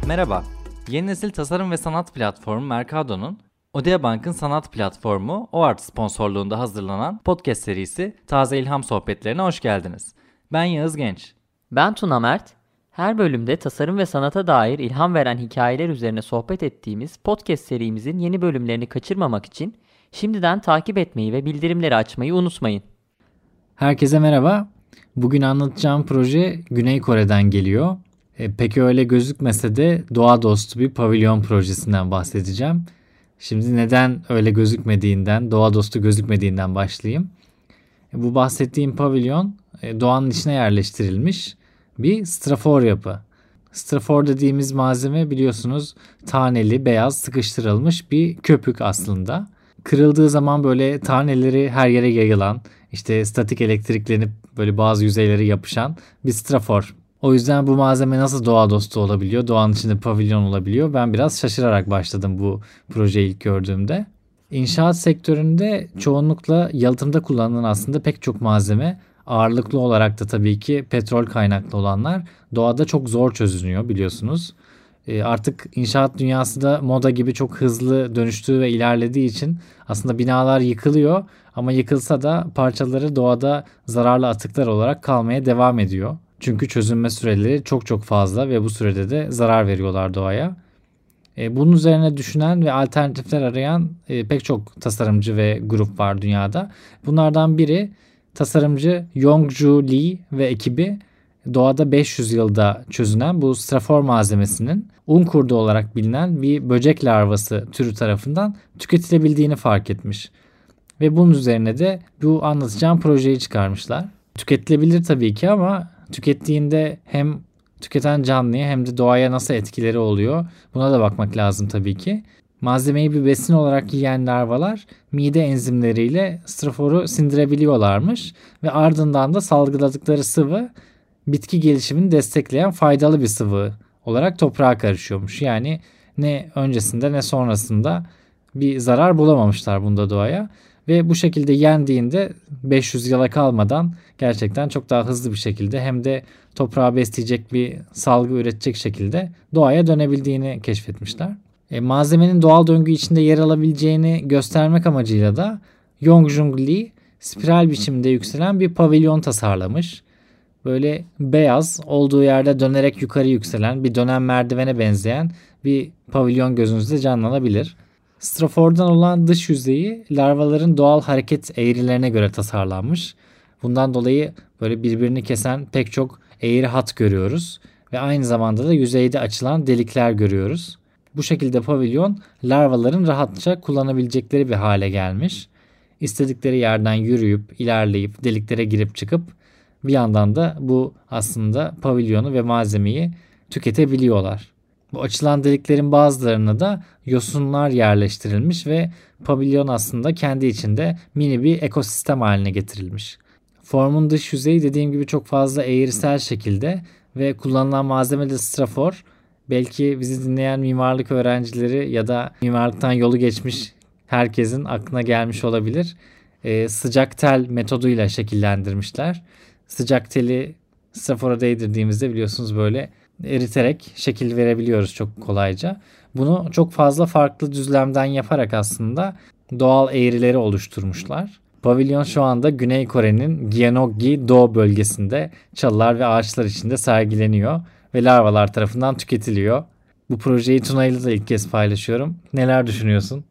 Merhaba, yeni nesil tasarım ve sanat platformu Mercado'nun Odea Bank'ın sanat platformu OART sponsorluğunda hazırlanan podcast serisi Taze İlham Sohbetlerine hoş geldiniz. Ben Yağız Genç. Ben Tuna Mert. Her bölümde tasarım ve sanata dair ilham veren hikayeler üzerine sohbet ettiğimiz podcast serimizin yeni bölümlerini kaçırmamak için şimdiden takip etmeyi ve bildirimleri açmayı unutmayın. Herkese merhaba. Bugün anlatacağım proje Güney Kore'den geliyor. Pek öyle gözükmese de doğa dostu bir pavilyon projesinden bahsedeceğim. Şimdi neden öyle gözükmediğinden, doğa dostu gözükmediğinden başlayayım. Bu bahsettiğim pavilyon doğanın içine yerleştirilmiş bir strafor yapı. Strafor dediğimiz malzeme biliyorsunuz taneli, beyaz, sıkıştırılmış bir köpük aslında. Kırıldığı zaman böyle taneleri her yere yayılan, işte statik elektriklenip böyle bazı yüzeylere yapışan bir strafor. O yüzden bu malzeme nasıl doğa dostu olabiliyor, doğanın içinde pavilyon olabiliyor? Ben biraz şaşırarak başladım bu projeyi ilk gördüğümde. İnşaat sektöründe çoğunlukla yalıtımda kullanılan aslında pek çok malzeme, ağırlıklı olarak da tabii ki petrol kaynaklı olanlar doğada çok zor çözünüyor biliyorsunuz. Artık inşaat dünyası da moda gibi çok hızlı dönüştüğü ve ilerlediği için aslında binalar yıkılıyor ama yıkılsa da parçaları doğada zararlı atıklar olarak kalmaya devam ediyor. Çünkü çözünme süreleri çok fazla ve bu sürede de zarar veriyorlar doğaya. Bunun üzerine düşünen ve alternatifler arayan pek çok tasarımcı ve grup var dünyada. Bunlardan biri tasarımcı Yongju Lee ve ekibi doğada 500 yılda çözünen bu strafor malzemesinin un kurdu olarak bilinen bir böcek larvası türü tarafından tüketilebildiğini fark etmiş. Ve bunun üzerine de bu anlatacağım projeyi çıkarmışlar. Tüketilebilir tabii ki ama tükettiğinde hem tüketen canlıya hem de doğaya nasıl etkileri oluyor buna da bakmak lazım tabii ki. Malzemeyi bir besin olarak yiyen larvalar mide enzimleriyle straforu sindirebiliyorlarmış ve ardından da salgıladıkları sıvı bitki gelişimini destekleyen faydalı bir sıvı olarak toprağa karışıyormuş. Yani ne öncesinde ne sonrasında bir zarar bulamamışlar bunda doğaya. Ve bu şekilde yendiğinde 500 yıla kalmadan gerçekten çok daha hızlı bir şekilde hem de toprağı besleyecek bir salgı üretecek şekilde doğaya dönebildiğini keşfetmişler. Malzemenin doğal döngü içinde yer alabileceğini göstermek amacıyla da Yongjung Lee spiral biçimde yükselen bir pavilyon tasarlamış. Böyle beyaz, olduğu yerde dönerek yukarı yükselen bir dönen merdivene benzeyen bir pavilyon gözünüzde canlanabilir. Strafordan olan dış yüzeyi larvaların doğal hareket eğrilerine göre tasarlanmış. Bundan dolayı böyle birbirini kesen pek çok eğri hat görüyoruz ve aynı zamanda da yüzeyde açılan delikler görüyoruz. Bu şekilde pavilyon larvaların rahatça kullanabilecekleri bir hale gelmiş. İstedikleri yerden yürüyüp, ilerleyip, deliklere girip çıkıp bir yandan da bu aslında pavilyonu ve malzemeyi tüketebiliyorlar. Bu açılan deliklerin bazılarına da yosunlar yerleştirilmiş ve pavilyon aslında kendi içinde mini bir ekosistem haline getirilmiş. Formun dış yüzeyi dediğim gibi çok fazla eğrisel şekilde ve kullanılan malzeme de strafor. Belki bizi dinleyen mimarlık öğrencileri ya da mimarlıktan yolu geçmiş herkesin aklına gelmiş olabilir. Sıcak tel metoduyla şekillendirmişler. Sıcak teli strafora değdirdiğimizde biliyorsunuz böyle eriterek şekil verebiliyoruz çok kolayca. Bunu çok fazla farklı düzlemden yaparak aslında doğal eğrileri oluşturmuşlar. Pavilyon şu anda Güney Kore'nin Gyeonggi-do bölgesinde çalılar ve ağaçlar içinde sergileniyor ve larvalar tarafından tüketiliyor. Bu projeyi Tuna ile de ilk kez paylaşıyorum. Neler düşünüyorsun?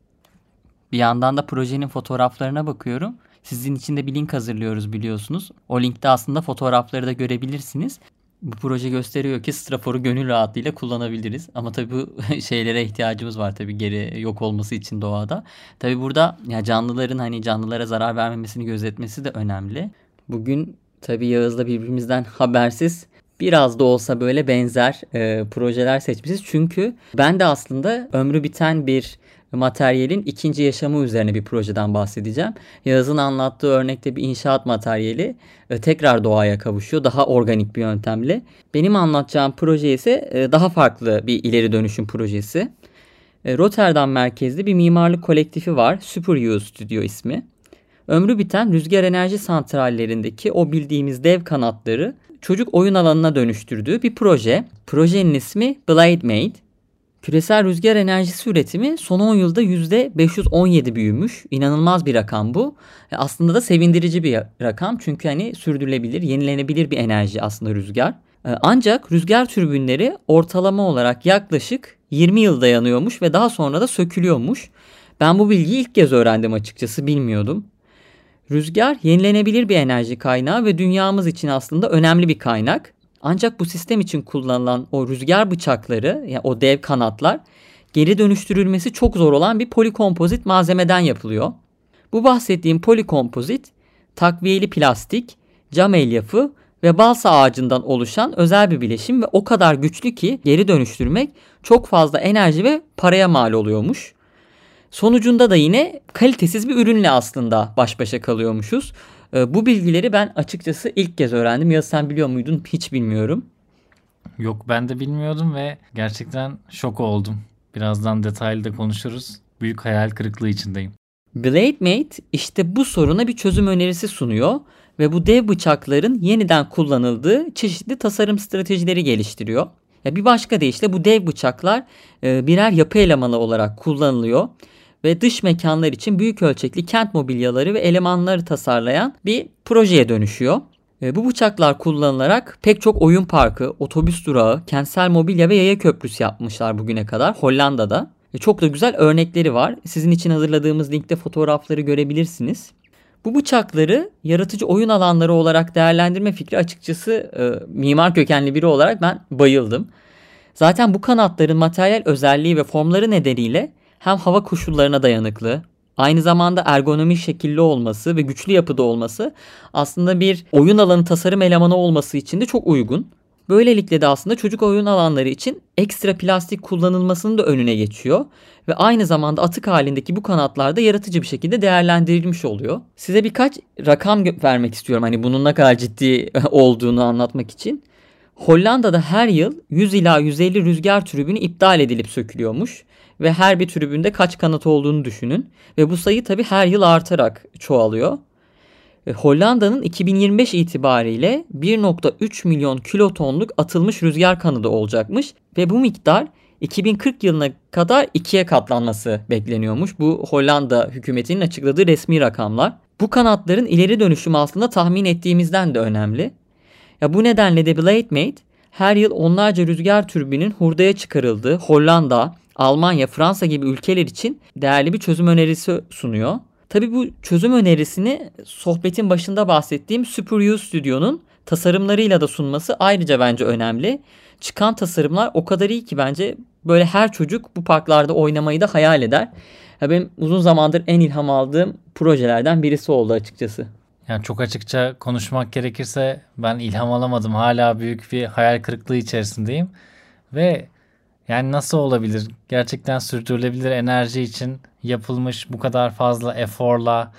Bir yandan da projenin fotoğraflarına bakıyorum. Sizin için de bir link hazırlıyoruz biliyorsunuz. O linkte aslında fotoğrafları da görebilirsiniz. Bu proje gösteriyor ki straforu gönül rahatlığıyla kullanabiliriz. Ama tabii bu şeylere ihtiyacımız var tabii geri yok olması için doğada. Tabii burada ya canlıların hani canlılara zarar vermemesini gözetmesi de önemli. Bugün tabii Yağız'la birbirimizden habersiz biraz da olsa böyle benzer projeler seçmişiz. Çünkü ben de aslında ömrü biten bir materyalin ikinci yaşamı üzerine bir projeden bahsedeceğim. Yağız'ın anlattığı örnekte bir inşaat materyali tekrar doğaya kavuşuyor. Daha organik bir yöntemle. Benim anlatacağım proje ise daha farklı bir ileri dönüşüm projesi. Rotterdam merkezli bir mimarlık kolektifi var. SuperU Studio ismi. Ömrü biten rüzgar enerji santrallerindeki o bildiğimiz dev kanatları çocuk oyun alanına dönüştürdüğü bir proje. Projenin ismi Blade Made. Küresel rüzgar enerjisi üretimi son 10 yılda %517 büyümüş. İnanılmaz bir rakam bu. Aslında da sevindirici bir rakam. Çünkü hani sürdürülebilir, yenilenebilir bir enerji aslında rüzgar. Ancak rüzgar türbinleri ortalama olarak yaklaşık 20 yıl dayanıyormuş ve daha sonra da sökülüyormuş. Ben bu bilgiyi ilk kez öğrendim, açıkçası bilmiyordum. Rüzgar yenilenebilir bir enerji kaynağı ve dünyamız için aslında önemli bir kaynak. Ancak bu sistem için kullanılan o rüzgar bıçakları, yani o dev kanatlar, geri dönüştürülmesi çok zor olan bir polikompozit malzemeden yapılıyor. Bu bahsettiğim polikompozit takviyeli plastik, cam elyafı ve balsa ağacından oluşan özel bir bileşim ve o kadar güçlü ki geri dönüştürmek çok fazla enerji ve paraya mal oluyormuş. Sonucunda da yine kalitesiz bir ürünle aslında baş başa kalıyormuşuz. Bu bilgileri ben açıkçası ilk kez öğrendim. Ya sen biliyor muydun? Hiç bilmiyorum. Yok, ben de bilmiyordum ve gerçekten şok oldum. Birazdan detaylı da konuşuruz. Büyük hayal kırıklığı içindeyim. BladeMate işte bu soruna bir çözüm önerisi sunuyor ve bu dev bıçakların yeniden kullanıldığı çeşitli tasarım stratejileri geliştiriyor. Ya bir başka deyişle bu dev bıçaklar birer yapı elemanı olarak kullanılıyor ve dış mekanlar için büyük ölçekli kent mobilyaları ve elemanları tasarlayan bir projeye dönüşüyor. Bu bıçaklar kullanılarak pek çok oyun parkı, otobüs durağı, kentsel mobilya ve yaya köprüsü yapmışlar bugüne kadar Hollanda'da. Çok da güzel örnekleri var. Sizin için hazırladığımız linkte fotoğrafları görebilirsiniz. Bu bıçakları yaratıcı oyun alanları olarak değerlendirme fikri açıkçası mimar kökenli biri olarak ben bayıldım. Zaten bu kanatların materyal özelliği ve formları nedeniyle hem hava koşullarına dayanıklı, aynı zamanda ergonomik şekilli olması ve güçlü yapıda olması aslında bir oyun alanı tasarım elemanı olması için de çok uygun. Böylelikle de aslında çocuk oyun alanları için ekstra plastik kullanılmasının da önüne geçiyor. Ve aynı zamanda atık halindeki bu kanatlar da yaratıcı bir şekilde değerlendirilmiş oluyor. Size birkaç rakam vermek istiyorum hani bunun ne kadar ciddi olduğunu anlatmak için. Hollanda'da her yıl 100 ila 150 rüzgar türbini iptal edilip sökülüyormuş. Ve her bir tribünde kaç kanat olduğunu düşünün. Ve bu sayı tabii her yıl artarak çoğalıyor. Hollanda'nın 2025 itibariyle 1,3 milyon kilotonluk atılmış rüzgar kanadı olacakmış. Ve bu miktar 2040 yılına kadar ikiye katlanması bekleniyormuş. Bu Hollanda hükümetinin açıkladığı resmi rakamlar. Bu kanatların ileri dönüşümü aslında tahmin ettiğimizden de önemli. Ya bu nedenle de BladeMate her yıl onlarca rüzgar türbinin hurdaya çıkarıldığı Hollanda, Almanya, Fransa gibi ülkeler için değerli bir çözüm önerisi sunuyor. Tabii bu çözüm önerisini sohbetin başında bahsettiğim SuperU Studio'nun tasarımlarıyla da sunması ayrıca bence önemli. Çıkan tasarımlar o kadar iyi ki bence böyle her çocuk bu parklarda oynamayı da hayal eder. Ya benim uzun zamandır en ilham aldığım projelerden birisi oldu açıkçası. Yani çok açıkça konuşmak gerekirse ben ilham alamadım. Hala büyük bir hayal kırıklığı içerisindeyim. Ve yani nasıl olabilir? Gerçekten sürdürülebilir enerji için yapılmış bu kadar fazla eforla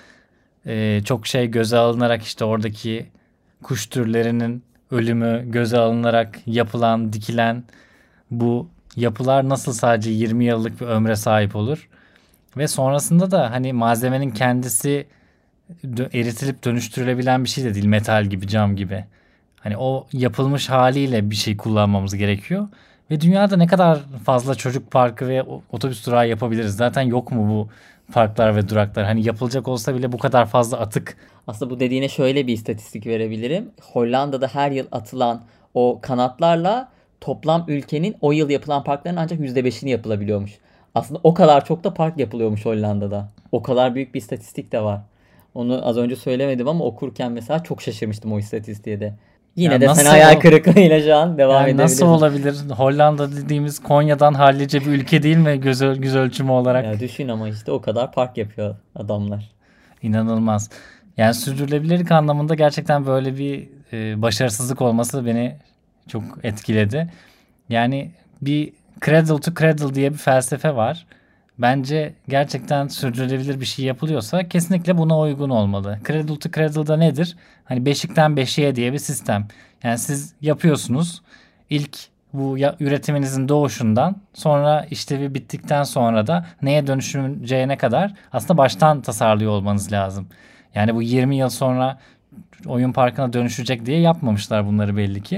çok şey göze alınarak işte oradaki kuş türlerinin ölümü göze alınarak yapılan, dikilen bu yapılar nasıl sadece 20 yıllık bir ömre sahip olur? Ve sonrasında da hani malzemenin kendisi eritilip dönüştürülebilen bir şey de değil. Metal gibi, cam gibi. Hani o yapılmış haliyle bir şey kullanmamız gerekiyor. Ve dünyada ne kadar fazla çocuk parkı ve otobüs durağı yapabiliriz? Zaten yok mu bu parklar ve duraklar? Hani yapılacak olsa bile bu kadar fazla atık. Aslında bu dediğine şöyle bir istatistik verebilirim. Hollanda'da her yıl atılan o kanatlarla toplam ülkenin o yıl yapılan parkların ancak %5'ini yapılabiliyormuş. Aslında o kadar çok da park yapılıyormuş Hollanda'da. O kadar büyük bir istatistik de var. Onu az önce söylemedim ama okurken mesela çok şaşırmıştım o istatistiğe de. Yine Ya de nasıl sen hayal kırıklığıyla şu an devam edebilirsin. Nasıl olabilir? Hollanda dediğimiz Konya'dan hallice bir ülke değil mi göz ölçümü olarak? Ya düşün ama işte o kadar park yapıyor adamlar. İnanılmaz. Yani sürdürülebilirlik anlamında gerçekten böyle bir başarısızlık olması beni çok etkiledi. Yani bir cradle to cradle diye bir felsefe var. Bence gerçekten sürdürülebilir bir şey yapılıyorsa kesinlikle buna uygun olmalı. Cradle to cradle'da nedir? Hani beşikten beşiğe diye bir sistem. Yani siz yapıyorsunuz. İlk bu üretiminizin doğuşundan sonra işlevi bittikten sonra da neye dönüşeceğine kadar aslında baştan tasarlıyor olmanız lazım. Yani bu 20 yıl sonra oyun parkına dönüşecek diye yapmamışlar bunları belli ki.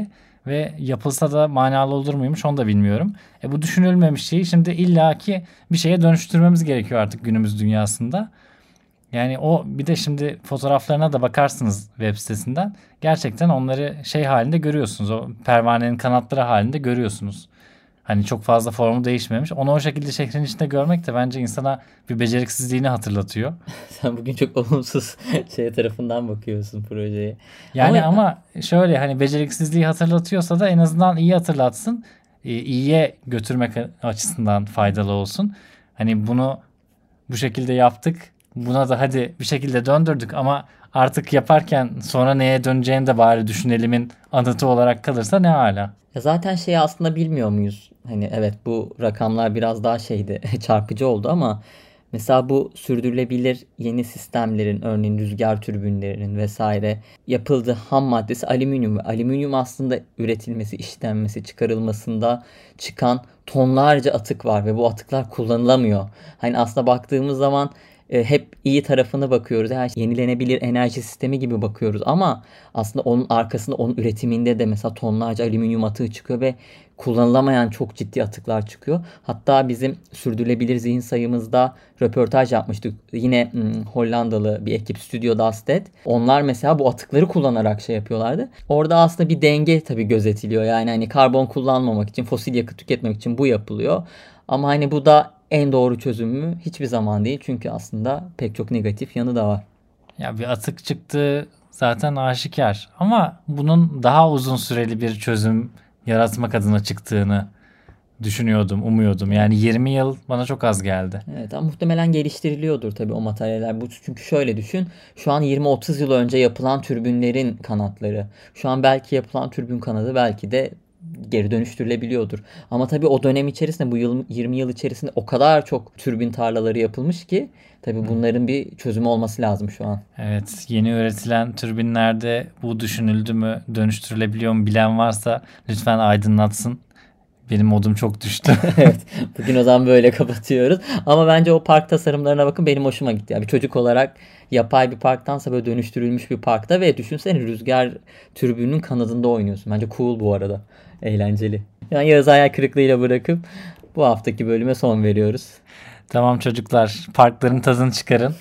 ve yapılsa da manalı olur muymuş onu da bilmiyorum. Bu düşünülmemiş şeyi şimdi illaki bir şeye dönüştürmemiz gerekiyor artık günümüz dünyasında. Yani o bir de şimdi fotoğraflarına da bakarsınız web sitesinden. Gerçekten onları şey halinde görüyorsunuz. O pervanenin kanatları halinde görüyorsunuz. Hani çok fazla formu değişmemiş. Onu o şekilde şehrin içinde görmek de bence insana bir beceriksizliğini hatırlatıyor. Sen bugün çok olumsuz tarafından bakıyorsun projeye. Yani ama şöyle hani beceriksizliği hatırlatıyorsa da en azından iyi hatırlatsın. İyiye götürmek açısından faydalı olsun. Hani bunu bu şekilde yaptık. Buna da hadi bir şekilde döndürdük ama artık yaparken sonra neye döneceğini de bari düşünelimin anıtı olarak kalırsa ne hala. Ya zaten aslında bilmiyor muyuz? Hani evet, bu rakamlar biraz daha çarpıcı oldu ama mesela bu sürdürülebilir yeni sistemlerin, örneğin rüzgar türbinlerinin vesaire yapıldığı ham maddesi alüminyum. Ve alüminyum aslında üretilmesi, işlenmesi, çıkarılmasında çıkan tonlarca atık var ve bu atıklar kullanılamıyor. Hani aslında baktığımız zaman hep iyi tarafına bakıyoruz. Yenilenebilir enerji sistemi gibi bakıyoruz ama aslında onun arkasında, onun üretiminde de mesela tonlarca alüminyum atığı çıkıyor ve kullanılamayan çok ciddi atıklar çıkıyor. Hatta bizim sürdürülebilir zihin sayımızda röportaj yapmıştık. Yine Hollandalı bir ekip, Studio Dastet. Onlar mesela bu atıkları kullanarak yapıyorlardı. Orada aslında bir denge tabii gözetiliyor. Yani hani karbon kullanmamak için, fosil yakıt tüketmek için bu yapılıyor. Ama hani bu da en doğru çözüm mü? Hiçbir zaman değil. Çünkü aslında pek çok negatif yanı da var. Ya bir atık çıktı zaten aşikar. Ama bunun daha uzun süreli bir çözüm yaratmak adına çıktığını düşünüyordum, umuyordum. Yani 20 yıl bana çok az geldi. Evet, ama muhtemelen geliştiriliyordur tabii o materyaller. Bu çünkü şöyle düşün. Şu an 20-30 yıl önce yapılan türbinlerin kanatları. Şu an belki yapılan türbin kanadı belki de geri dönüştürülebiliyordur. Ama tabii o dönem içerisinde, bu 20 yıl içerisinde o kadar çok türbin tarlaları yapılmış ki tabii bunların bir çözümü olması lazım şu an. Evet, yeni üretilen türbinlerde bu düşünüldü mü, dönüştürülebiliyor mu bilen varsa lütfen aydınlatsın. Benim modum çok düştü. Evet, bugün o zaman böyle kapatıyoruz. Ama bence o park tasarımlarına bakın, benim hoşuma gitti. Yani bir çocuk olarak yapay bir parktansa böyle dönüştürülmüş bir parkta ve düşünsene rüzgar türbünün kanadında oynuyorsun. Bence cool bu arada. Eğlenceli. Yani Yağız'ı hayal kırıklığıyla bırakıp bu haftaki bölüme son veriyoruz. Tamam çocuklar, parkların tadını çıkarın.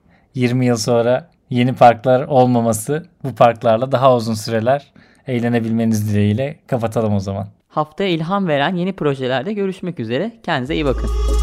20 yıl sonra yeni parklar olmaması, bu parklarla daha uzun süreler eğlenebilmeniz dileğiyle kapatalım o zaman. Haftaya ilham veren yeni projelerde görüşmek üzere. Kendinize iyi bakın.